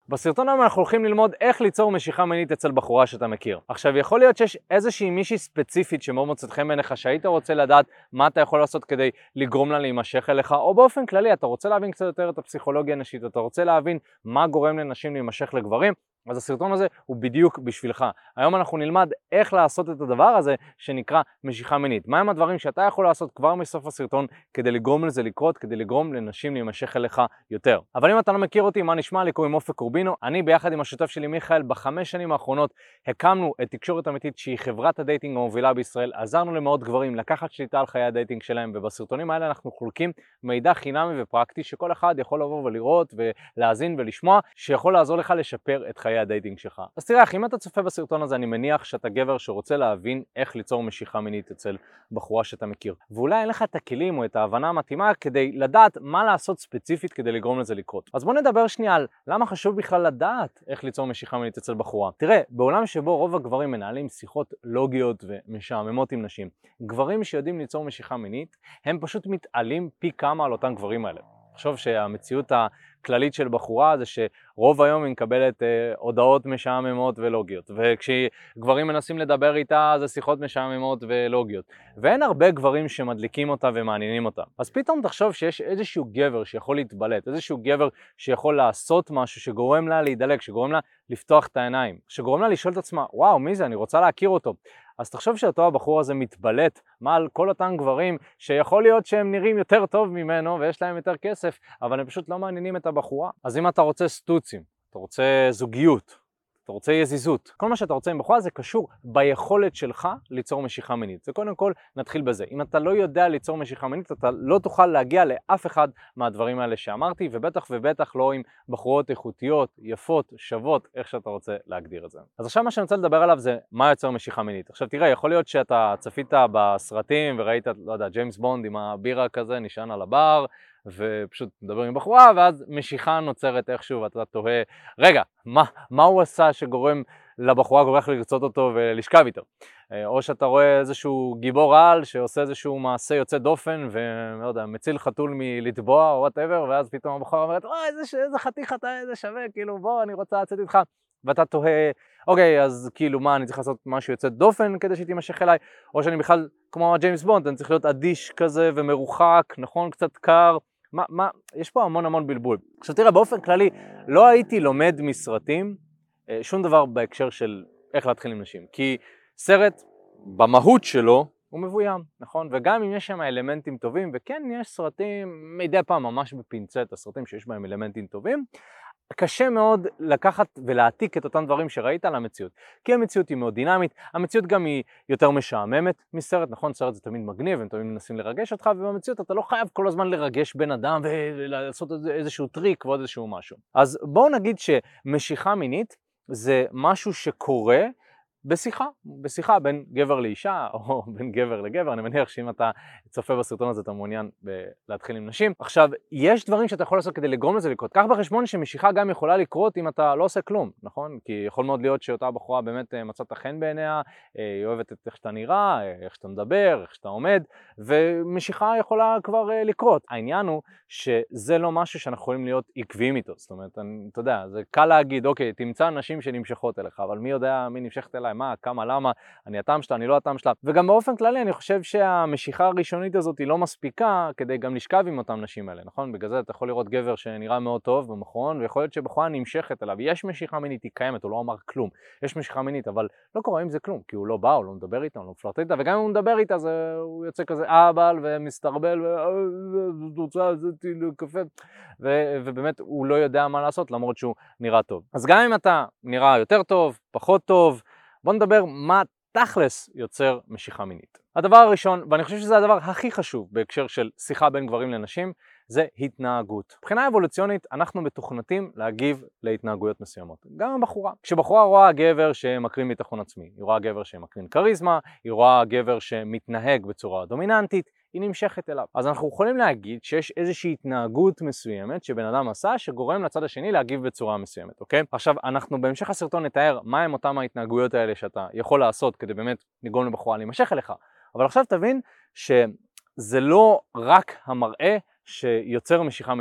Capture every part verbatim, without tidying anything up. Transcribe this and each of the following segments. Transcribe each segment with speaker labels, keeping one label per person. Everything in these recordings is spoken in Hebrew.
Speaker 1: בסרטון היום אנחנו הולכים ללמוד איך ליצור משיכה מינית אצל בחורה שאתה מכיר. עכשיו, יכול להיות שיש איזושהי מישהי ספציפית שמאוד מוצאת חן בעיניך, שהיית רוצה לדעת מה אתה יכול לעשות כדי לגרום לה להימשך אליך, או באופן כללי אתה רוצה להבין קצת יותר את הפסיכולוגיה הנשית, אתה רוצה להבין מה גורם לנשים להימשך לגברים, אז הסרטון הזה הוא בדיוק בשבילך. היום אנחנו נלמד איך לעשות את הדבר הזה שנקרא משיכה מינית. מהם הדברים שאתה יכול לעשות כבר מסוף הסרטון כדי לגרום לזה לקרות, כדי לגרום לנשים להימשך אליך יותר. אבל אם אתה לא מכיר אותי, מה נשמע? לי קוראים אופק קורבינו. אני ביחד עם השותף שלי מיכאל בחמש שנים האחרונות הקמנו את תקשורת אמיתית שהיא חברת הדייטינג המובילה בישראל. עזרנו למאות גברים לקחת שליטה על חיי הדייטינג שלהם, ובסרטונים האלה אנחנו חולקים מידע חינמי ופרקטי שכל אחד יכול לבוא ולראות ולהאזין ולשמוע, שיכול לעזור לך לשפר את חיי הדייטינג שלך. אז תראה, אם אתה צופה בסרטון הזה, אני מניח שאתה גבר שרוצה להבין איך ליצור משיכה מינית אצל בחורה שאתה מכיר. ואולי אין לך את הכלים או את ההבנה המתאימה כדי לדעת מה לעשות ספציפית כדי לגרום לזה לקרות. אז בוא נדבר שנייה על למה חשוב בכלל לדעת איך ליצור משיכה מינית אצל בחורה. תראה, בעולם שבו רוב הגברים מנהלים שיחות לוגיות ומשעממות עם נשים, גברים שיודעים ליצור משיכה מינית, הם פשוט מתעלים פי כמה על אותם גברים האלה. חשוב שהמציאות הכללית של בחורה זה שרוב היום היא מקבלת אה, הודעות משעממות ולוגיות, וכשגברים מנסים לדבר איתה זה שיחות משעממות ולוגיות, ואין הרבה גברים שמדליקים אותה ומעניינים אותה. אז פתאום תחשוב שיש איזשהו גבר שיכול להתבלט, איזשהו גבר שיכול לעשות משהו שגורם לה להידלק, שגורם לה לפתוח את העיניים, שגורם לה לשאול את עצמה, וואו, מי זה? אני רוצה להכיר אותו. אז תחשוב שאותו הבחור הזה מתבלט מעל כל אותם גברים שיכול להיות שהם נראים יותר טוב ממנו ויש להם יותר כסף, אבל הם פשוט לא מעניינים את הבחורה. אז אם אתה רוצה סטוצים, אתה רוצה זוגיות, אתה רוצה יזיזות, כל מה שאתה רוצה עם בחורה זה קשור ביכולת שלך ליצור משיכה מינית. זה קודם כל נתחיל בזה. אם אתה לא יודע ליצור משיכה מינית, אתה לא תוכל להגיע לאף אחד מהדברים האלה שאמרתי, ובטח ובטח לא עם בחורות איכותיות, יפות, שוות, איך שאתה רוצה להגדיר את זה. אז עכשיו מה שאני רוצה לדבר עליו זה מה יוצר משיכה מינית. עכשיו תראה, יכול להיות שאתה צפית בסרטים וראית, לא יודע, ג'יימס בונד עם הבירה כזה נשען על הבר, ופשוט מדבר עם בחורה, ואז משיכה נוצרת איכשהו, ואתה תוהה, רגע, מה, מה הוא עשה שגורם לבחורה כל כך לרצות אותו ולשכב איתו? או שאתה רואה איזשהו גיבור על שעושה איזשהו מעשה יוצא דופן, ולא יודע, מציל חתול מלטבוע או whatever, ואז פתאום הבחורה אומרת, אוי, איזה, איזה חתיך אתה, איזה שווה, כאילו, בוא, אני רוצה לצאת איתך. ואתה תוהה, אוקיי, אז כאילו מה, אני צריך לעשות משהו יוצא דופן כדי שהיא תימשך אליי, או שאני בכלל, כמו ג'יימס בונד, אני צריך להיות אדיש כזה ומרוחק, נכון, קצת קר, מה, מה, יש פה המון המון בלבול. עכשיו תראה, באופן כללי, לא הייתי לומד מסרטים, שום דבר בהקשר של איך להתחיל עם נשים, כי סרט במהות שלו הוא מבוים, נכון? וגם אם יש שם אלמנטים טובים, וכן יש סרטים מדי פעם ממש בפינצט, הסרטים שיש בהם אלמנטים טובים, קשה מאוד לקחת ולהעתיק את אותם דברים שראית על המציאות, כי המציאות היא מאוד דינמית, המציאות גם היא יותר משעממת מסרט, נכון? סרט זה תמיד מגניב, הם תמיד מנסים לרגש אותך, ובמציאות אתה לא חייב כל הזמן לרגש בן אדם ולעשות איזשהו טריק ועוד איזשהו משהו. אז בואו נגיד שמשיכה מינית זה משהו שקורה בשיחה, בשיחה בין גבר לאישה או בין גבר לגבר. אני מניח שאם אתה צופה בסרטון הזה אתה מעוניין להתחיל עם נשים. עכשיו, יש דברים שאתה יכול לעשות כדי לגרום לזה לקרות. קח בחשבון שמשיכה גם יכולה לקרות אם אתה לא עושה כלום, נכון? כי יכול מאוד להיות שאותה בחורה באמת מצאת חן בעיניה, היא אוהבת את איך שאתה נראה, איך שאתה מדבר, איך שאתה עומד, ומשיכה יכולה כבר לקרות. העניין הוא שזה לא משהו שאנחנו יכולים להיות עקביים איתו. זאת אומרת, אני, אתה יודע, זה קל להגיד, אוקיי, תמצא נשים שנמשכות אליך, אבל מי יודע מי נמשכת אליי? מה, כמה, למה, אני הטעם שלה, אני לא הטעם שלה. וגם באופן כללי אני חושב שהמשיכה הראשונית הזאת היא לא מספיקה כדי גם לשכב עם אותם נשים האלה, נכון? בגלל זה אתה יכול לראות גבר שנראה מאוד טוב במכון, ויכול להיות שבחורה נמשכת אליו. יש משיכה מינית, היא קיימת, הוא לא אמר כלום. יש משיכה מינית, אבל לא קורה עם זה כלום, כי הוא לא בא, הוא לא מדבר איתה, הוא לא מפלרט איתה, וגם אם הוא מדבר איתה, זה, הוא יוצא כזה אהבל ומסתרבל, ובאמת הוא לא יודע מה לעשות, למרות שהוא נראה טוב. אז גם אם אתה נראה יותר טוב, פחות טוב, בוא נדבר מה תכלס יוצר משיכה מינית. הדבר הראשון, ואני חושב שזה הדבר הכי חשוב בהקשר של שיחה בין גברים לנשים, זה התנהגות. מבחינה אבולוציונית אנחנו מתוכנתים להגיב להתנהגויות מסוימות. גם הבחורה. כשבחורה רואה גבר שמקרין ביטחון עצמי, היא רואה גבר שמקרין כריזמה, היא רואה גבר שמתנהג בצורה דומיננטית, היא נמשכת אליו. אז אנחנו יכולים להגיד שיש איזושהי התנהגות מסוימת שבן אדם עשה שגורם לצד השני להגיב בצורה מסוימת, אוקיי? עכשיו, אנחנו בהמשך הסרטון נתאר מהם אותם ההתנהגויות האלה שאתה יכול לעשות כדי באמת לגרום לבחורה להימשך אליך. אבל עכשיו תבין שזה לא רק המראה שיוצר משיכה מינית.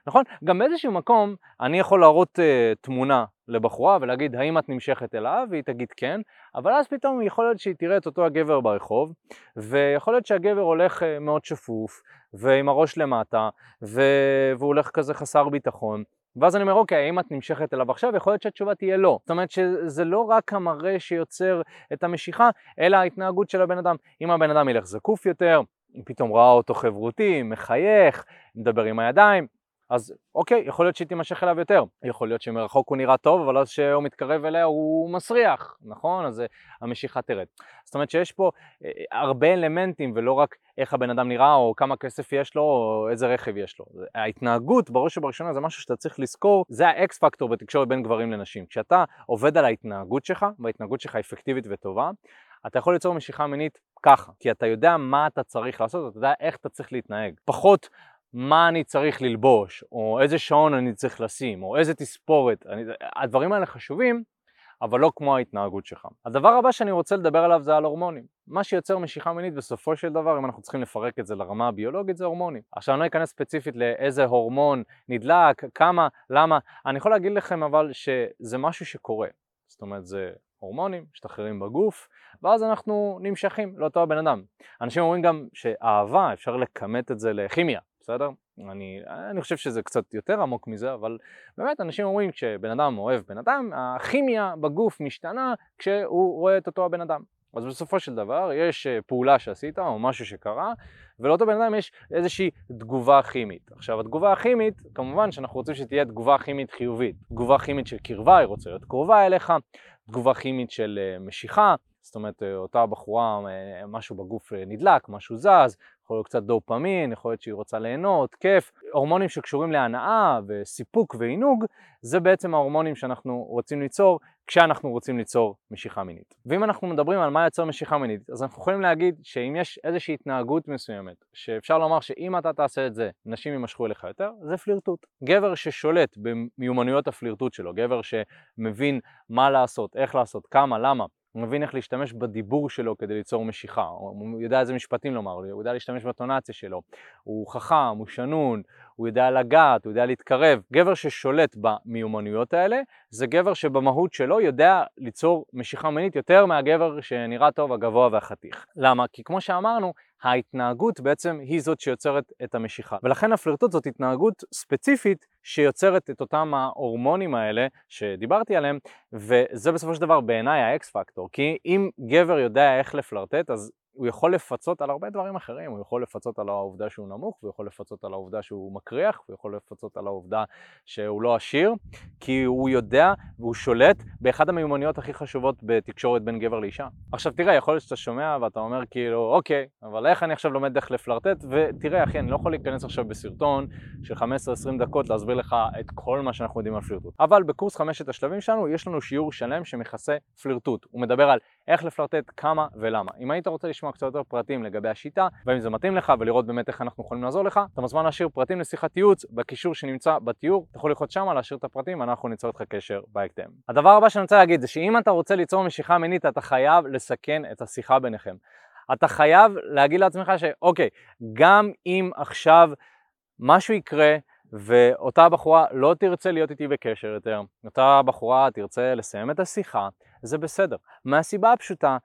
Speaker 1: נכון? גם באיזשהו מקום אני יכול להראות uh, תמונה לבחורה ולהגיד האם את נמשכת אליו, והיא תגיד כן, אבל אז פתאום יכול להיות שהיא תראה את אותו הגבר ברחוב, ויכול להיות שהגבר הולך uh, מאוד שפוף, ועם הראש למטה, ו... והוא הולך כזה חסר ביטחון, ואז אני אומר, אוקיי, האם את נמשכת אליו עכשיו? יכול להיות שהתשובה תהיה לא. זאת אומרת שזה לא רק המראה שיוצר את המשיכה, אלא ההתנהגות של הבן אדם. אם הבן אדם ילך זקוף יותר, אם פתאום ראה אותו חברותי, מחייך, מדבר עם הידיים, אז אוקיי, יכול להיות שהיא תימשך אליו יותר. יכול להיות שמרחוק הוא נראה טוב, אבל אז שהוא מתקרב אליה הוא מסריח, נכון? אז המשיכה תרד. זאת אומרת שיש פה אה, הרבה אלמנטים, ולא רק איך הבן אדם נראה, או כמה כסף יש לו, או איזה רכב יש לו. ההתנהגות, בראש ובראשונה, זה משהו שאתה צריך לזכור, זה האקס פקטור בתקשורת בין גברים לנשים. כשאתה עובד על ההתנהגות שלך, וההתנהגות שלך אפקטיבית וטובה, אתה יכול ליצור משיכה מינית ככה, כי אתה יודע מה אתה צריך לעשות, אתה יודע איך אתה צריך להתנהג. פחות מה אני צריך ללבוש, או איזה שעון אני צריך לשים, או איזה תספורת. אני... הדברים האלה חשובים, אבל לא כמו ההתנהגות שלך. הדבר הבא שאני רוצה לדבר עליו זה על הורמונים. מה שיוצר משיכה מינית בסופו של דבר, אם אנחנו צריכים לפרק את זה לרמה הביולוגית, זה הורמונים. עכשיו אני לא אכנס ספציפית לאיזה הורמון נדלק, כמה, למה. אני יכול להגיד לכם אבל שזה משהו שקורה. זאת אומרת זה הורמונים, משתחררים בגוף, ואז אנחנו נמשכים לאותו הבן אדם. אנשים אומרים גם שאהבה, אפשר לכמת את זה לכימיה, בסדר? אני, אני חושב שזה קצת יותר עמוק מזה, אבל באמת אנשים אומרים כשבן אדם אוהב בן אדם, הכימיה בגוף משתנה כשהוא רואה את אותו הבן אדם. אז בסופו של דבר יש פעולה שעשית או משהו שקרה, ולאותו בן אדם יש איזושהי תגובה כימית. עכשיו התגובה הכימית, כמובן שאנחנו רוצים שתהיה תגובה כימית חיובית. תגובה כימית של קרבה, היא רוצה להיות קרובה אליך, תגובה כימית של משיכה, זאת אומרת אותה בחורה, משהו בגוף נדלק, משהו זז, יכול להיות קצת דופמין, יכול להיות שהיא רוצה ליהנות, כיף. הורמונים שקשורים להנאה וסיפוק ועינוג, זה בעצם ההורמונים שאנחנו רוצים ליצור כשאנחנו רוצים ליצור משיכה מינית. ואם אנחנו מדברים על מה יוצר משיכה מינית, אז אנחנו יכולים להגיד שאם יש איזושהי התנהגות מסוימת, שאפשר לומר שאם אתה תעשה את זה, נשים יימשכו אליך יותר, זה פלירטוט. גבר ששולט במיומנויות הפלירטוט שלו, גבר שמבין מה לעשות, איך לעשות, כמה, למה, הוא מבין איך להשתמש בדיבור שלו כדי ליצור משיכה, הוא יודע איזה משפטים לומר, הוא יודע להשתמש בטונציה שלו, הוא חכם, הוא שנון, הוא יודע לגעת, הוא יודע להתקרב. גבר ששולט במיומנויות האלה, זה גבר שבמהות שלו יודע ליצור משיכה מינית יותר מהגבר שנראה טוב, הגבוה והחתיך. למה? כי כמו שאמרנו, ההתנהגות בעצם היא זאת שיוצרת את המשיכה. ולכן הפלירטוט זאת התנהגות ספציפית שיוצרת את אותם ההורמונים האלה שדיברתי עליהם, וזה בסופו של דבר בעיניי האקס פקטור. כי אם גבר יודע איך לפלרטט, אז הוא יכול לפצות על הרבה דברים אחרים, הוא יכול לפצות על העובדה שהוא נמוך, הוא יכול לפצות על העובדה שהוא מקריח, הוא יכול לפצות על העובדה שהוא לא עשיר, כי הוא יודע והוא שולט באחד המיומנויות הכי חשובות בתקשורת בין גבר לאישה. עכשיו תראה, יכול להיות שאתה שומע ואתה אומר כאילו, אוקיי, אבל איך אני עכשיו לומד איך לפלרטט? ותראה אחי, אני לא יכול להיכנס עכשיו בסרטון של חמש עשרה עשרים דקות להסביר לך את כל מה שאנחנו יודעים על פלירטוט. אבל בקורס חמשת השלבים שלנו יש לנו שיעור שלם שמכסה פלירטוט. הוא מדבר על איך לפלרטט, כמה ולמה. אם היית רוצה לשמוע קצת יותר פרטים לגבי השיטה, ואם זה מתאים לך ולראות באמת איך אנחנו יכולים לעזור לך, אתה מוזמן להשאיר פרטים לשיחת ייעוץ בקישור שנמצא בתיאור, אתה יכול ללחוץ שם, להשאיר את הפרטים, ואנחנו ניצור איתך קשר בהקדם. הדבר הבא שאני רוצה להגיד זה שאם אתה רוצה ליצור משיכה מינית, אתה חייב לסכן את השיחה ביניכם. אתה חייב להגיד לעצמך שאוקיי, גם אם עכשיו משהו יקרה, ואותה בחורה לא תרצה להיות איתי בקשר יותר, אותה בחורה תרצה לסיים את השיחה, זה בסדר. מהסיבה הפשוטה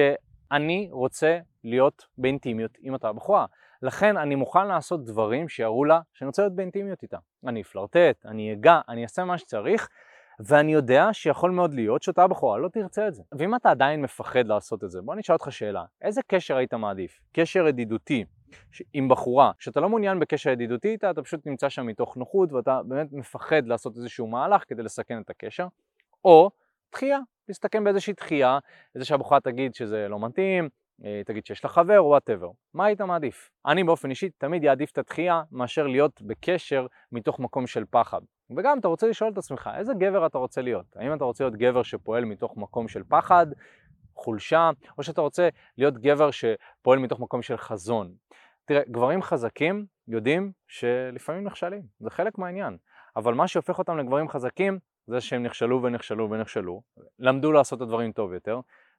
Speaker 1: שאני רוצה להיות באינטימיות עם אותה בחורה. לכן אני מוכן לעשות דברים שיראו לה שאני רוצה להיות באינטימיות איתה. אני אפלרטט, אני אגע, אני אעשה מה שצריך, ואני יודע שיכול מאוד להיות שאותה בחורה לא תרצה את זה. ואם אתה עדיין מפחד לעשות את זה, בוא נשאל אותך שאלה. איזה קשר היית מעדיף? קשר ידידותי עם בחורה, שאתה לא מעוניין בקשר ידידותי איתה, אתה פשוט נמצא שם מתוך נוחות ואתה באמת מפחד לעשות איזשהו מהלך כדי לסכן את הקשר, או דחייה, להסתכן באיזושהי דחייה, איזה שהבחורה תגיד שזה לא מתאים, תגיד שיש לה חבר או whatever. מה היית מעדיף? אני באופן אישי תמיד יעדיף את הדחייה מאשר להיות בקשר מתוך מקום של פחד. וגם אתה רוצה לשאול את עצמך, איזה גבר אתה רוצה להיות? האם אתה רוצה להיות גבר שפועל מתוך מקום של פחד, חולשה, או שאתה רוצה להיות גבר שפועל מתוך מקום של חזון? תראה, גברים חזקים יודעים שלפעמים נכשלים, זה חלק מהעניין. אבל מה שהופך אותם לגברים חזקים זה שהם נכשלו ונכשלו ונכשלו, למדו לעשות את הדברים טוב יותר,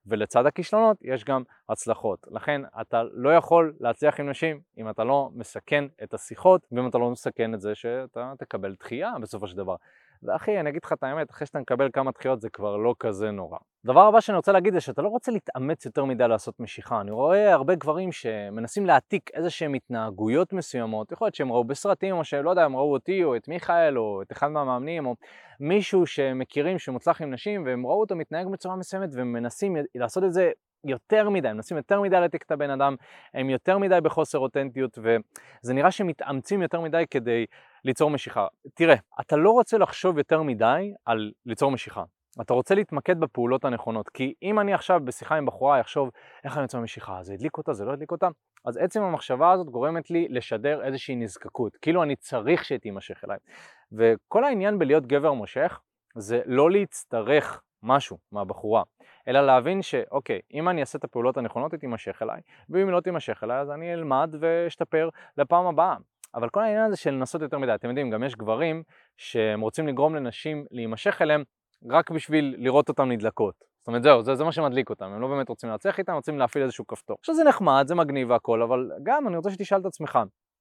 Speaker 1: ולצד הכישלונות יש גם הצלחות. לכן אתה לא יכול להצליח עם נשים אם אתה לא מסכן את השיחות, ואם אתה לא מסכן את זה שאתה תקבל דחייה בסופו של דבר. ואחי, אני אגיד לך את האמת, אחרי שאתה מקבל כמה דחיות זה כבר לא כזה נורא. דבר הבא שאני רוצה להגיד זה שאתה לא רוצה להתאמץ יותר מדי לעשות משיכה. אני רואה הרבה גברים שמנסים להעתיק איזה שהם התנהגויות מסוימות, יכול להיות שהם ראו בסרטים, או שלא יודע, הם ראו אותי, או את מיכאל, או את אחד מהמאמנים, או מישהו שמכירים שמוצלח עם נשים, והם ראו אותו מתנהג בצורה מסוימת, והם מנסים לעשות את זה יותר מדי, הם מנסים יותר מדי להעתיק את הבן אדם, הם יותר מדי בחוסר אותנטיות, וזה נראה שהם מתאמצים יותר מדי כדי ליצור משיכה. תראה, אתה לא רוצה לחשוב יותר מדי על ליצור משיכה. אתה רוצה להתמקד בפעולות הנכונות, כי אם אני עכשיו בשיחה עם בחורה יחשוב איך אני יוצא משיכה, זה הדליק אותה, זה לא הדליק אותה, אז עצם המחשבה הזאת גורמת לי לשדר איזושהי נזקקות, כאילו אני צריך שתימשך אליי. וכל העניין בלהיות גבר מושך זה לא להצטרך משהו מהבחורה, אלא להבין שאוקיי, אם אני אעשה את הפעולות הנכונות היא תימשך אליי, ואם היא לא תימשך אליי אז אני אלמד ואשתפר לפעם הבאה. אבל כל העניין הזה של לנסות יותר מדי, אתם יודעים, גם יש גברים שהם רוצים לגרום לנשים להימשך אליהם רק בשביל לראות אותם נדלקות. זאת אומרת, זהו, זה, זה מה שמדליק אותם, הם לא באמת רוצים להצליח איתם, רוצים להפעיל איזשהו כפתור. עכשיו זה נחמד, זה מגניב והכל, אבל גם אני רוצה שתשאל את עצמך,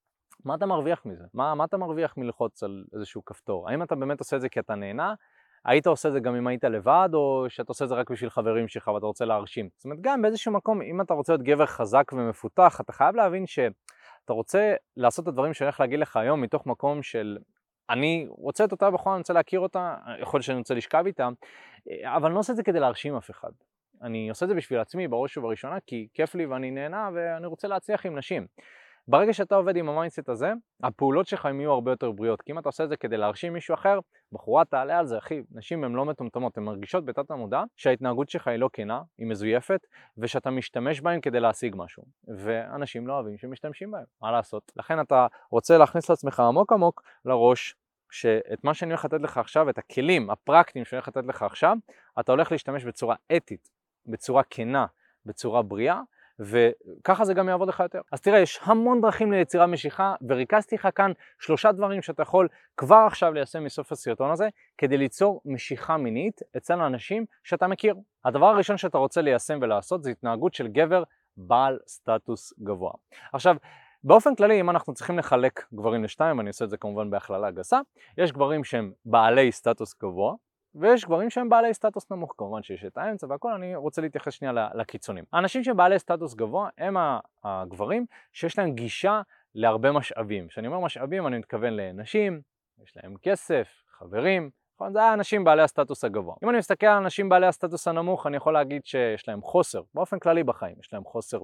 Speaker 1: מה אתה מרוויח מזה? מה, מה אתה מרוויח מלחוץ על איזשהו כפתור? האם אתה באמת עושה את זה כי אתה נהנה? היית עושה את זה גם אם היית לבד, או שאתה עושה את זה רק בשביל חברים שלך ואתה רוצה להרשים? זאת אומרת, גם באיזשהו מקום, אם אתה רוצה להיות גבר חזק ומפותח, אתה חייב להבין שאתה רוצה לעשות את הדברים שאני הולך להגיד לך היום מתוך מקום של אני רוצה את אותה בחורה, אני רוצה להכיר אותה, יכול להיות שאני רוצה לשכב איתה, אבל אני לא עושה את זה כדי להרשים אף אחד. אני עושה את זה בשביל עצמי בראש ובראשונה, כי כיף לי ואני נהנה ואני רוצה להצליח עם נשים. ברגע שאתה עובד עם המיינדסט הזה, הפעולות שלך יהיו הרבה יותר בריאות, כי אם אתה עושה את זה כדי להרשים מישהו אחר, בחורה תעלה על זה, אחי, נשים הן לא מטומטמות, הן מרגישות בתת המודע שההתנהגות שלך היא לא כנה, היא מזויפת, ושאתה משתמש בהם כדי להשיג משהו, ואנשים לא אוהבים שמשתמשים בהם, מה לעשות? לכן אתה רוצה להכניס לעצמך עמוק עמוק לראש, שאת מה שאני הולך לתת לך עכשיו, את הכלים הפרקטיים שאני הולך לתת לך עכשיו, אתה הולך להשתמש בצורה אתית, בצורה כנה, בצורה בריאה, וככה זה גם יעבוד לך יותר. אז תראה, יש המון דרכים ליצירה משיכה, וריכזתי לך כאן שלושה דברים שאתה יכול כבר עכשיו ליישם מסוף הסרטון הזה, כדי ליצור משיכה מינית אצל האנשים שאתה מכיר. הדבר הראשון שאתה רוצה ליישם ולעשות זה התנהגות של גבר בעל סטטוס גבוה. עכשיו, באופן כללי, אם אנחנו צריכים לחלק גברים לשתיים, אני עושה את זה כמובן בהכללה גסה, יש גברים שהם בעלי סטטוס גבוה, ויש גברים שהם בעלי סטטוס נמוך, כמובן שיש את האמצע והכל, אני רוצה להתייחס שנייה לקיצונים. האנשים שהם בעלי סטטוס גבוה הם הגברים שיש להם גישה להרבה משאבים. כשאני אומר משאבים אני מתכוון לנשים, יש להם כסף, חברים, נכון? זה האנשים בעלי הסטטוס הגבוה. אם אני מסתכל על אנשים בעלי הסטטוס הנמוך, אני יכול להגיד שיש להם חוסר, באופן כללי בחיים. יש להם חוסר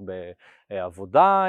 Speaker 1: בעבודה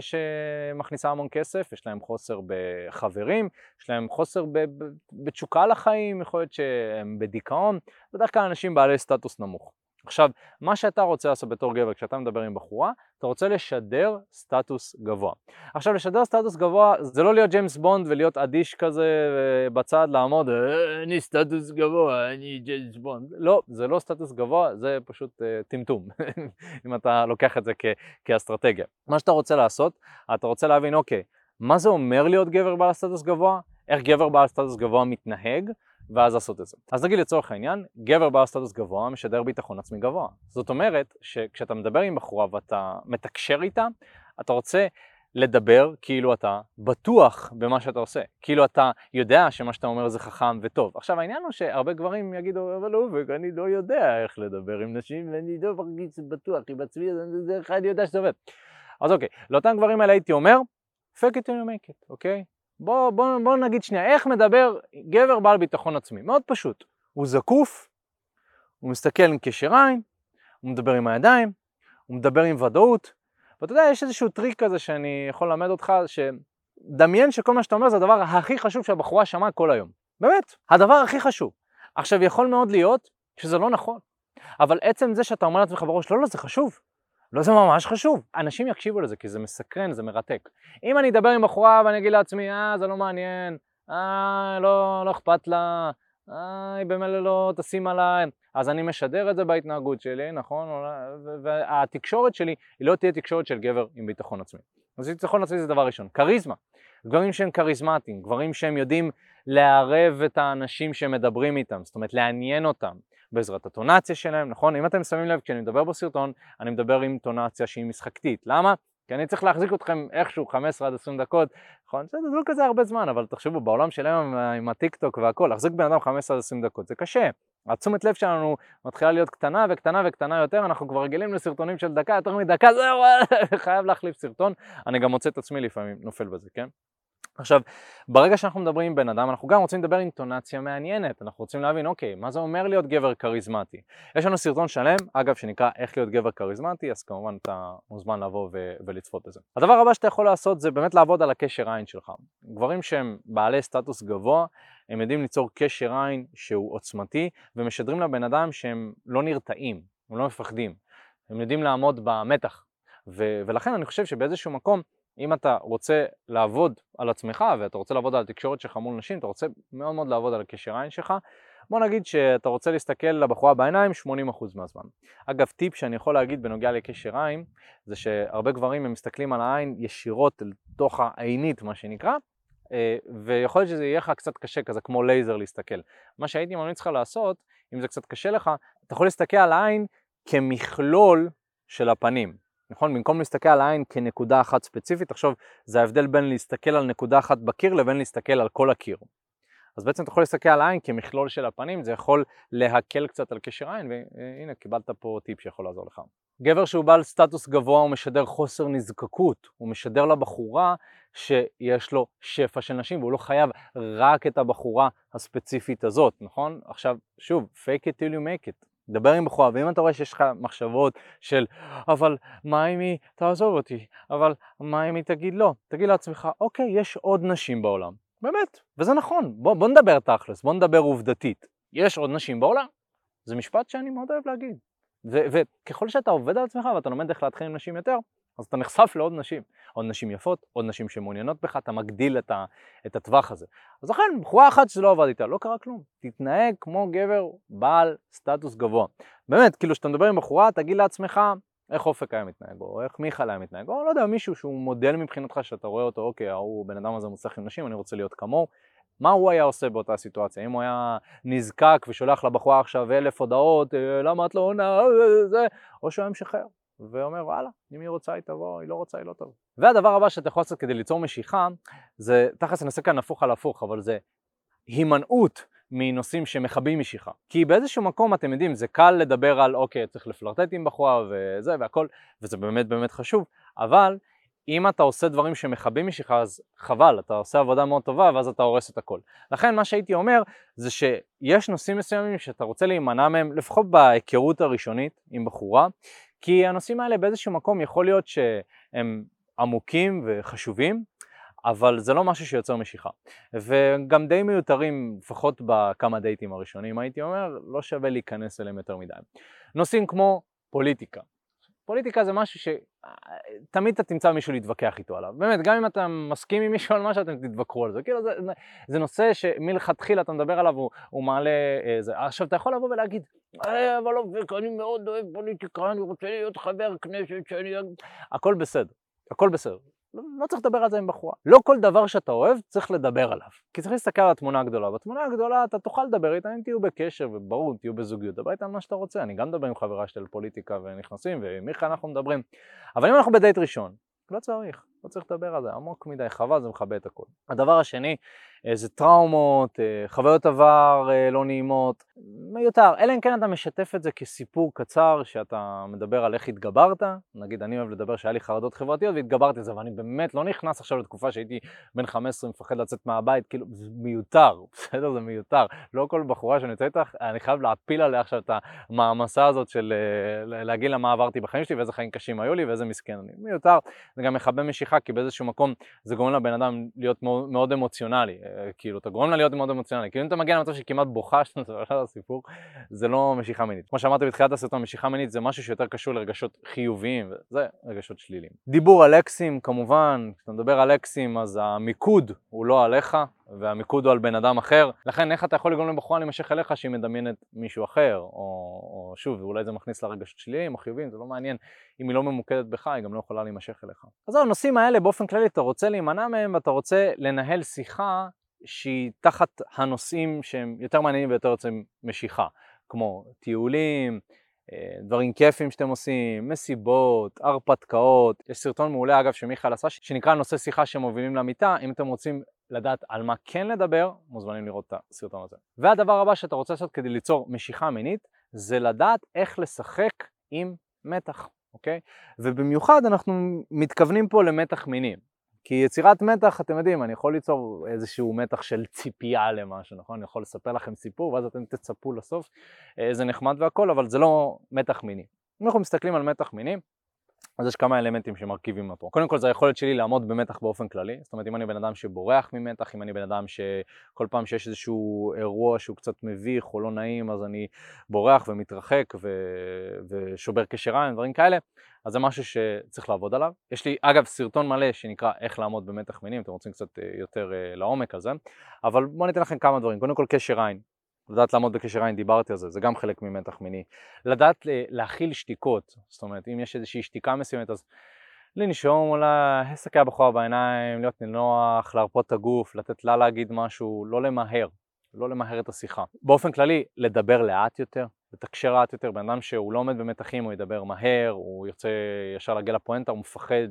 Speaker 1: שמכניסה המון כסף, יש להם חוסר בחברים, יש להם חוסר בתשוקה לחיים, יכול להיות שהם בדיכאון, בדרך כלל אנשים בעלי סטטוס נמוך. עכשיו, מה שאתה רוצה לעשות בתור גבר כשאתה מדבר עם בחורה, אתה רוצה לשדר סטטוס גבוה. עכשיו, לשדר סטטוס גבוה זה לא להיות ג'יימס בונד ולהיות אדיש כזה בצד לעמוד, אני סטטוס גבוה, אני ג'יימס בונד. לא, זה לא סטטוס גבוה, זה פשוט uh, טמטום, אם אתה לוקח את זה כ- כאסטרטגיה. מה שאתה רוצה לעשות, אתה רוצה להבין, אוקיי, מה זה אומר להיות גבר בעל סטטוס גבוה? איך גבר בעל סטטוס גבוה מתנהג? ואז לעשות את זה. אז נגיד לצורך העניין, גבר בעל סטטוס גבוה משדר ביטחון עצמי גבוה. זאת אומרת שכשאתה מדבר עם בחורה ואתה מתקשר איתה, אתה רוצה לדבר כאילו אתה בטוח במה שאתה עושה. כאילו אתה יודע שמה שאתה אומר זה חכם וטוב. עכשיו העניין הוא שהרבה גברים יגידו, אבל אופק, אני לא יודע איך לדבר עם נשים ואני לא מרגיש בטוח עם עצמי, אני יודע שזה עובד. אז אוקיי, לאותם גברים האלה הייתי אומר, fake it till you make it, אוקיי? בוא, בוא, בוא נגיד שנייה, איך מדבר גבר בעל ביטחון עצמי? מאוד פשוט. הוא זקוף, הוא מסתכל עם קשר עין, הוא מדבר עם הידיים, הוא מדבר עם ודאות, ואתה יודע, יש איזשהו טריק כזה שאני יכול ללמד אותך, שדמיין שכל מה שאתה אומר זה הדבר הכי חשוב שהבחורה שמעה כל היום. באמת, הדבר הכי חשוב. עכשיו, יכול מאוד להיות שזה לא נכון, אבל עצם זה שאתה אומר לעצמך בראש, לא, לא, זה חשוב. לא, זה ממש חשוב. אנשים יקשיבו לזה, כי זה מסקרן, זה מרתק. אם אני אדבר עם בחורה ואני אגיד לעצמי, אה, זה לא מעניין, אה, לא, לא אכפת לה, אה, היא במילא לא תשים עליי, אז אני משדר את זה בהתנהגות שלי, נכון? והתקשורת שלי היא לא תהיה תקשורת של גבר עם ביטחון עצמי. אז ביטחון עצמי זה דבר ראשון. קריזמה. גברים שהם כריזמטיים, גברים שהם יודעים לערב את האנשים שמדברים איתם, זאת אומרת לעניין אותם בעזרת הטונציה שלהם, נכון? אם אתם שמים לב, כשאני מדבר בסרטון, אני מדבר עם טונציה שהיא משחקתית. למה? כי אני צריך להחזיק אתכם איכשהו חמש עשרה עד עשרים דקות, נכון? זה לא כזה הרבה זמן, אבל תחשבו, בעולם שלהם עם הטיק טוק והכל, להחזיק בן אדם חמש עשרה עד עשרים דקות, זה קשה. התשומת לב שלנו מתחילה להיות קטנה וקטנה וקטנה יותר, אנחנו כבר רגילים לסרטונים של דקה, יותר מדקה, זהו, חייב להחליף סרטון. אני גם מוצא את עצמי לפעמים נופל בזה, כן? עכשיו, ברגע שאנחנו מדברים עם בן אדם, אנחנו גם רוצים לדבר עם טונציה מעניינת, אנחנו רוצים להבין, אוקיי, מה זה אומר להיות גבר כריזמטי? יש לנו סרטון שלם, אגב, שנקרא איך להיות גבר כריזמטי, אז כמובן אתה מוזמן לבוא ו- ולצפות בזה. הדבר הבא שאתה יכול לעשות זה באמת לעבוד על הקשר עין שלך. גברים שהם בעלי סטטוס גבוה, הם יודעים ליצור קשר עין שהוא עוצמתי, ומשדרים לבן אדם שהם לא נרתעים, הם לא מפחדים, הם יודעים לעמוד במתח, ו- ולכן אני חושב שבאיזשהו מקום, אם אתה רוצה לעבוד על עצמך ואתה רוצה לעבוד על התקשורת שלך מול נשים, אתה רוצה מאוד מאוד לעבוד על הקשר עין שלך, בוא נגיד שאתה רוצה להסתכל לבחורה בעיניים שמונים אחוז מהזמן. אגב, טיפ שאני יכול להגיד בנוגע לקשר עין, זה שהרבה גברים הם מסתכלים על העין ישירות לתוך העינית, מה שנקרא, ויכול להיות שזה יהיה לך קצת קשה, כזה כמו לייזר להסתכל. מה שהייתי ממליץ לך לעשות, אם זה קצת קשה לך, אתה יכול להסתכל על העין כמכלול של הפנים. נכון? במקום להסתכל על העין כנקודה אחת ספציפית, תחשוב, זה ההבדל בין להסתכל על נקודה אחת בקיר לבין להסתכל על כל הקיר. אז בעצם אתה יכול להסתכל על העין כמכלול של הפנים, זה יכול להקל קצת על קשר עין, והנה קיבלת פה טיפ שיכול לעזור לך. גבר שהוא בעל סטטוס גבוה הוא משדר חוסר נזקקות, הוא משדר לבחורה שיש לו שפע של נשים, והוא לא חייב רק את הבחורה הספציפית הזאת, נכון? עכשיו, שוב, fake it till you make it. דבר עם בחורה, ואם אתה רואה שיש לך מחשבות של, אבל מה אם היא תעזוב אותי, אבל מה אם היא תגיד לא, תגיד לעצמך, אוקיי, יש עוד נשים בעולם, באמת, וזה נכון, בוא, בוא נדבר תכלס, בוא נדבר עובדתית, יש עוד נשים בעולם, זה משפט שאני מאוד אוהב להגיד, ו- וככל שאתה עובד על עצמך ואתה לומד איך להתחיל עם נשים יותר, אז אתה נחשף לעוד נשים, עוד נשים יפות, עוד נשים שמעוניינות בך, אתה מגדיל את, ה- את הטווח הזה. אז לכן, בחורה אחת שזה לא עבד איתה, לא קרה כלום. תתנהג כמו גבר בעל סטטוס גבוה. באמת, כאילו שאתה מדבר עם בחורה, תגיד לעצמך איך אופק היה מתנהג, או איך מיכל היה מתנהג, או לא יודע, מישהו שהוא מודל מבחינתך, שאתה רואה אותו, אוקיי, הוא בן אדם הזה מוצלח עם נשים, אני רוצה להיות כמוהו. מה הוא היה עושה באותה סיטואציה? אם הוא היה נזקק ושולח לבחורה עכשיו אלף הודעות, למה את לא עונה, זה, או שהוא היה משחרר. ואומר, וואלה, אם היא רוצה היא תבוא, היא לא רוצה היא לא תבוא. והדבר הבא שאתה יכול לעשות כדי ליצור משיכה, זה, תכף נעשה כאן הפוך על הפוך, אבל זה הימנעות מנושאים שמחבים משיכה. כי באיזשהו מקום, אתם יודעים, זה קל לדבר על, אוקיי, צריך לפלרטט עם בחורה וזה והכל, וזה באמת באמת חשוב, אבל אם אתה עושה דברים שמחבים משיכה, אז חבל, אתה עושה עבודה מאוד טובה, ואז אתה הורס את הכל. לכן מה שהייתי אומר, זה שיש נושאים מסוימים שאתה רוצה להימנע מהם, לפחות בהיכרות הראשונית עם בחורה, כי הנושאים האלה באיזשהו מקום יכול להיות שהם עמוקים וחשובים, אבל זה לא משהו שיוצר משיכה. וגם די מיותרים, לפחות בכמה דייטים הראשונים, הייתי אומר, לא שווה להיכנס אליהם יותר מדי. נושאים כמו פוליטיקה. פוליטיקה זה משהו שתמיד אתה תמצא מישהו להתווכח איתו עליו. באמת, גם אם אתה מסכים עם מישהו על משהו, אתם תתווכחו על זה. כאילו זה, זה נושא שמלכתחילה אתה מדבר עליו, הוא, הוא מעלה זה. עכשיו, אתה יכול לבוא ולהגיד, אה, אבל לא, אני מאוד אוהב פוליטיקה, אני רוצה להיות חבר כנסת, שאני... הכל בסדר, הכל בסדר. לא, לא צריך לדבר על זה עם בחורה. לא כל דבר שאתה אוהב צריך לדבר עליו. כי צריך להסתכל על התמונה הגדולה. בתמונה הגדולה אתה תוכל לדבר איתה אם תהיו בקשר, וברור, תהיו בזוגיות. דבר איתה על מה שאתה רוצה. אני גם מדבר עם חברה שלי על פוליטיקה ונכנסים, ומיכה אנחנו מדברים. אבל אם אנחנו בדייט ראשון, לא צריך. לא צריך לדבר על זה. עמוק מדי, חבל, זה מכבה את הכל. הדבר השני, זה טראומות, חוויות עבר לא נעימות, מיותר. אלא אם כן אתה משתף את זה כסיפור קצר שאתה מדבר על איך התגברת. נגיד, אני אוהב לדבר שהיה לי חרדות חברתיות והתגברתי את זה, ואני באמת לא נכנס עכשיו לתקופה שהייתי בן חמש עשרה מפחד לצאת מהבית, כאילו, זה מיותר, בסדר? זה מיותר. לא כל בחורה שאני יוצא איתך, אני חייב להפיל עליה עכשיו את המעמסה הזאת של להגיד לה מה עברתי בחיים שלי ואיזה חיים קשים היו לי ואיזה מסכן אני. מיותר. זה גם מכבה משיכה, כי באיזשהו מקום זה גורם לבן אדם להיות מאוד, מאוד אמוציונלי. כאילו, אתה גורם לה להיות מאוד אמוציונלי. כאילו, אם אתה מגיע למצב שכמעט בוכה, הסיפור, זה לא משיכה מינית. כמו שאמרתי בתחילת הסרטון, משיכה מינית זה משהו שיותר קשור לרגשות חיוביים, וזה רגשות שליליים. דיבור על אקסים, כמובן, כשאתה מדבר על אקסים, אז המיקוד הוא לא עליך, והמיקוד הוא על בן אדם אחר. לכן איך אתה יכול לגרום לבחורה להימשך אליך שהיא מדמיינת מישהו אחר, או, או שוב, אולי זה מכניס לרגשות שליליים או חיוביים, זה לא מעניין. אם היא לא ממוקדת בך, היא גם לא יכולה להימשך אליך. אז הנושאים האלה באופן כללי, אתה רוצה להימנע מהם, ואתה רוצה לנהל שיחה שהיא תחת הנושאים שהם יותר מעניינים ויותר יוצאים משיכה, כמו טיולים, דברים כיפים שאתם עושים, מסיבות, הרפתקאות. יש סרטון מעולה אגב שמיכאל עשה שנקרא נושא שיחה שמובילים למיטה. אם אתם רוצים לדעת על מה כן לדבר, מוזמנים לראות את הסרטון הזה. והדבר הבא שאתה רוצה לעשות כדי ליצור משיכה מינית זה לדעת איך לשחק עם מתח, אוקיי? ובמיוחד אנחנו מתכוונים פה למתח מיני. כי יצירת מתח, אתם יודעים, אני יכול ליצור איזשהו מתח של ציפייה למשהו, נכון? אני יכול לספר לכם סיפור, ואז אתם תצפו לסוף, זה נחמד והכל, אבל זה לא מתח מיני. אם אנחנו מסתכלים על מתח מיני, אז יש כמה אלמנטים שמרכיבים אותו. קודם כל, זה היכולת שלי לעמוד במתח באופן כללי. זאת אומרת, אם אני בן אדם שבורח ממתח, אם אני בן אדם שכל פעם שיש איזשהו אירוע שהוא קצת מביך או לא נעים, אז אני בורח ומתרחק ו... ושובר קשר עין, דברים כאלה. אז זה משהו שצריך לעבוד עליו. יש לי, אגב, סרטון מלא שנקרא איך לעמוד במתח מיני, אם אתם רוצים קצת יותר לעומק על זה. אבל בואו ניתן לכם כמה דברים. קודם כל, קשר עין. לדעת לעמוד בקשר עין, דיברתי על זה, זה גם חלק ממתח מיני. לדעת להכיל שתיקות, זאת אומרת, אם יש איזושהי שתיקה מסוימת, אז לנשום, אולי להסתכל בחורה בעיניים, להיות נינוח, להרפות את הגוף, לתת לה להגיד משהו, לא למהר, לא למהר את השיחה. באופן כללי, לדבר לאט יותר, לתקשר לאט יותר, בן אדם שהוא לא עומד במתחים, הוא ידבר מהר, הוא יוצא ישר להגיע לפואנטה, הוא מפחד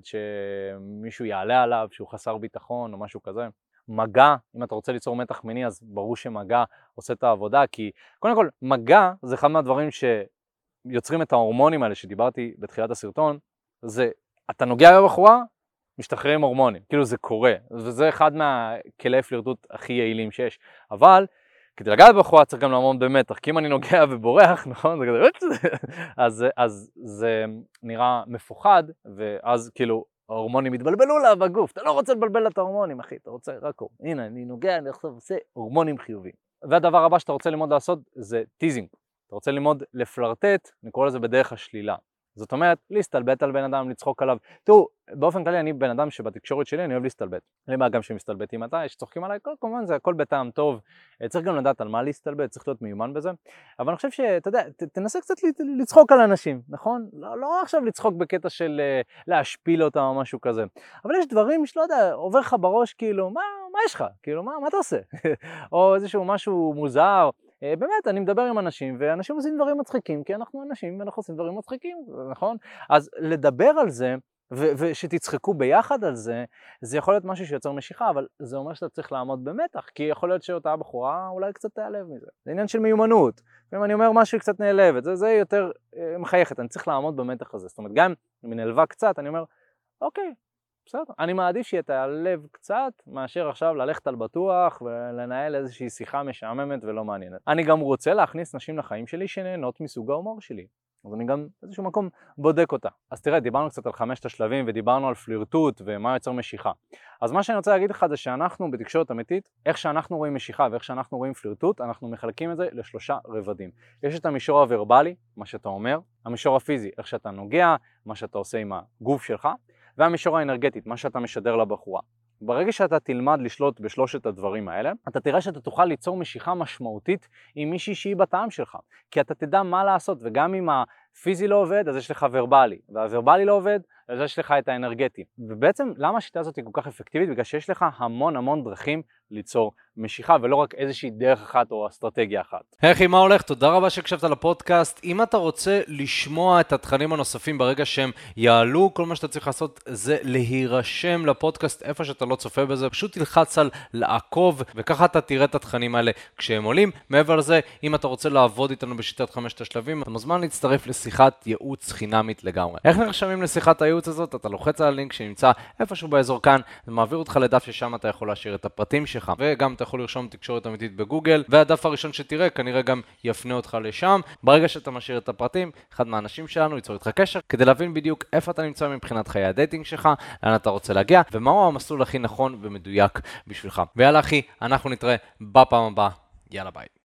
Speaker 1: שמישהו יעלה עליו, שהוא חסר ביטחון או משהו כזה. מגע, אם אתה רוצה ליצור מתח מיני, אז ברור שמגע עושה את העבודה, כי קודם כל, מגע זה אחד מהדברים שיוצרים את ההורמונים האלה שדיברתי בתחילת הסרטון, זה, אתה נוגע בבחורה, משתחררים הורמונים, כאילו זה קורה, וזה אחד מהכלי פלירטוט הכי יעילים שיש, אבל כדי לגעת בבחורה צריך גם לעמוד במתח, כי אם אני נוגע ובורח, נכון, זה כזה, אז, אז זה נראה מפוחד, ואז כאילו, ההורמונים התבלבלו לה בגוף, אתה לא רוצה לבלבל את ההורמונים, אחי, אתה רוצה רק הורמונים. הנה, אני נוגע, אני עכשיו עושה הורמונים חיוביים. והדבר הבא שאתה רוצה ללמוד לעשות זה טיזינג. אתה רוצה ללמוד לפלרטט, אני קורא לזה בדרך השלילה. זאת אומרת, להסתלבט על בן אדם, לצחוק עליו. תראו, באופן כללי אני בן אדם שבתקשורת שלי אני אוהב להסתלבט. למה גם שמסתלבטים מתי, שצוחקים עליי, כל, כמובן זה הכל בטעם טוב. צריך גם לדעת על מה להסתלבט, צריך להיות מיומן בזה. אבל אני חושב שאתה יודע, ת, תנסה קצת לצחוק על אנשים, נכון? לא, לא עכשיו לצחוק בקטע של להשפיל אותם או משהו כזה. אבל יש דברים שלא יודע, עובר לך בראש כאילו, מה, מה יש לך? כאילו, מה, מה אתה עושה? או איזשהו משהו מוזר. באמת, אני מדבר עם אנשים, ואנשים עושים דברים מצחיקים, כי אנחנו אנשים ואנחנו עושים דברים מצחיקים, נכון? אז לדבר על זה, ו- ושתצחקו ביחד על זה, זה יכול להיות משהו שיוצר משיכה, אבל זה אומר שאתה צריך לעמוד במתח, כי יכול להיות שאותה בחורה אולי קצת תיעלב מזה. זה עניין של מיומנות. אם אני אומר משהו קצת נעלבת, זה, זה יותר אה, מחייכת, אני צריך לעמוד במתח הזה. זאת אומרת, גם אם היא נעלבה קצת, אני אומר, אוקיי, בסדר. אני מעדיף שיהיה תיעלב קצת, מאשר עכשיו ללכת על בטוח ולנהל איזושהי שיחה משעממת ולא מעניינת. אני גם רוצה להכניס נשים לחיים שלי שנהנות מסוג ההומור שלי. אז אני גם באיזשהו מקום בודק אותה. אז תראה, דיברנו קצת על חמשת השלבים ודיברנו על פלירטוט ומה יוצר משיכה. אז מה שאני רוצה להגיד לך זה שאנחנו בתקשורת אמיתית, איך שאנחנו רואים משיכה ואיך שאנחנו רואים פלירטוט, אנחנו מחלקים את זה לשלושה רבדים. יש את המישור הוורבלי, מה שאתה אומר, המישור הפיזי, איך שאתה נוגע, מה שאתה עושה עם הגוף שלך, והמישור האנרגטית, מה שאתה משדר לבחורה. ברגע שאתה תלמד לשלוט בשלושת הדברים האלה, אתה תראה שאתה תוכל ליצור משיכה משמעותית עם מישהי שהיא בטעם שלך. כי אתה תדע מה לעשות, וגם אם הפיזי לא עובד, אז יש לך ורבלי, והוורבלי לא עובד, אז יש לך את האנרגטי. ובעצם למה השיטה הזאת היא כל כך אפקטיבית? בגלל שיש לך המון המון דרכים ליצור משיכה, ולא רק איזושהי דרך אחת או אסטרטגיה אחת.
Speaker 2: היי אחי, מה הולך? תודה רבה שהקשבת לפודקאסט. אם אתה רוצה לשמוע את התכנים הנוספים ברגע שהם יעלו, כל מה שאתה צריך לעשות זה להירשם לפודקאסט איפה שאתה לא צופה בזה. פשוט תלחץ על לעקוב, וככה אתה תראה את התכנים האלה כשהם עולים. מעבר לזה, אם אתה רוצה לעבוד איתנו בשיטת חמשת השלבים, אתה מוזמן להצטרף לשיחת ייעוץ חינמית לגמרי. איך נרשמים לשיחת הייעוץ הזאת? אתה לוחץ על הלינק שנמצא איפשהו באזור כאן, זה מעביר אותך לדף ששם אתה יכול להשאיר את הפרטים שלך, וגם אתה יכול לרשום תקשורת אמיתית בגוגל, והדף הראשון שתראה כנראה גם יפנה אותך לשם. ברגע שאתה משאיר את הפרטים, אחד מהאנשים שלנו ייצור איתך קשר, כדי להבין בדיוק איפה אתה נמצא מבחינת חיי הדייטינג שלך, לאן אתה רוצה להגיע, ומהו המסלול הכי נכון ומדויק בשבילך. ויאללה אחי, אנחנו נתראה בפעם הבאה. יאללה ביי.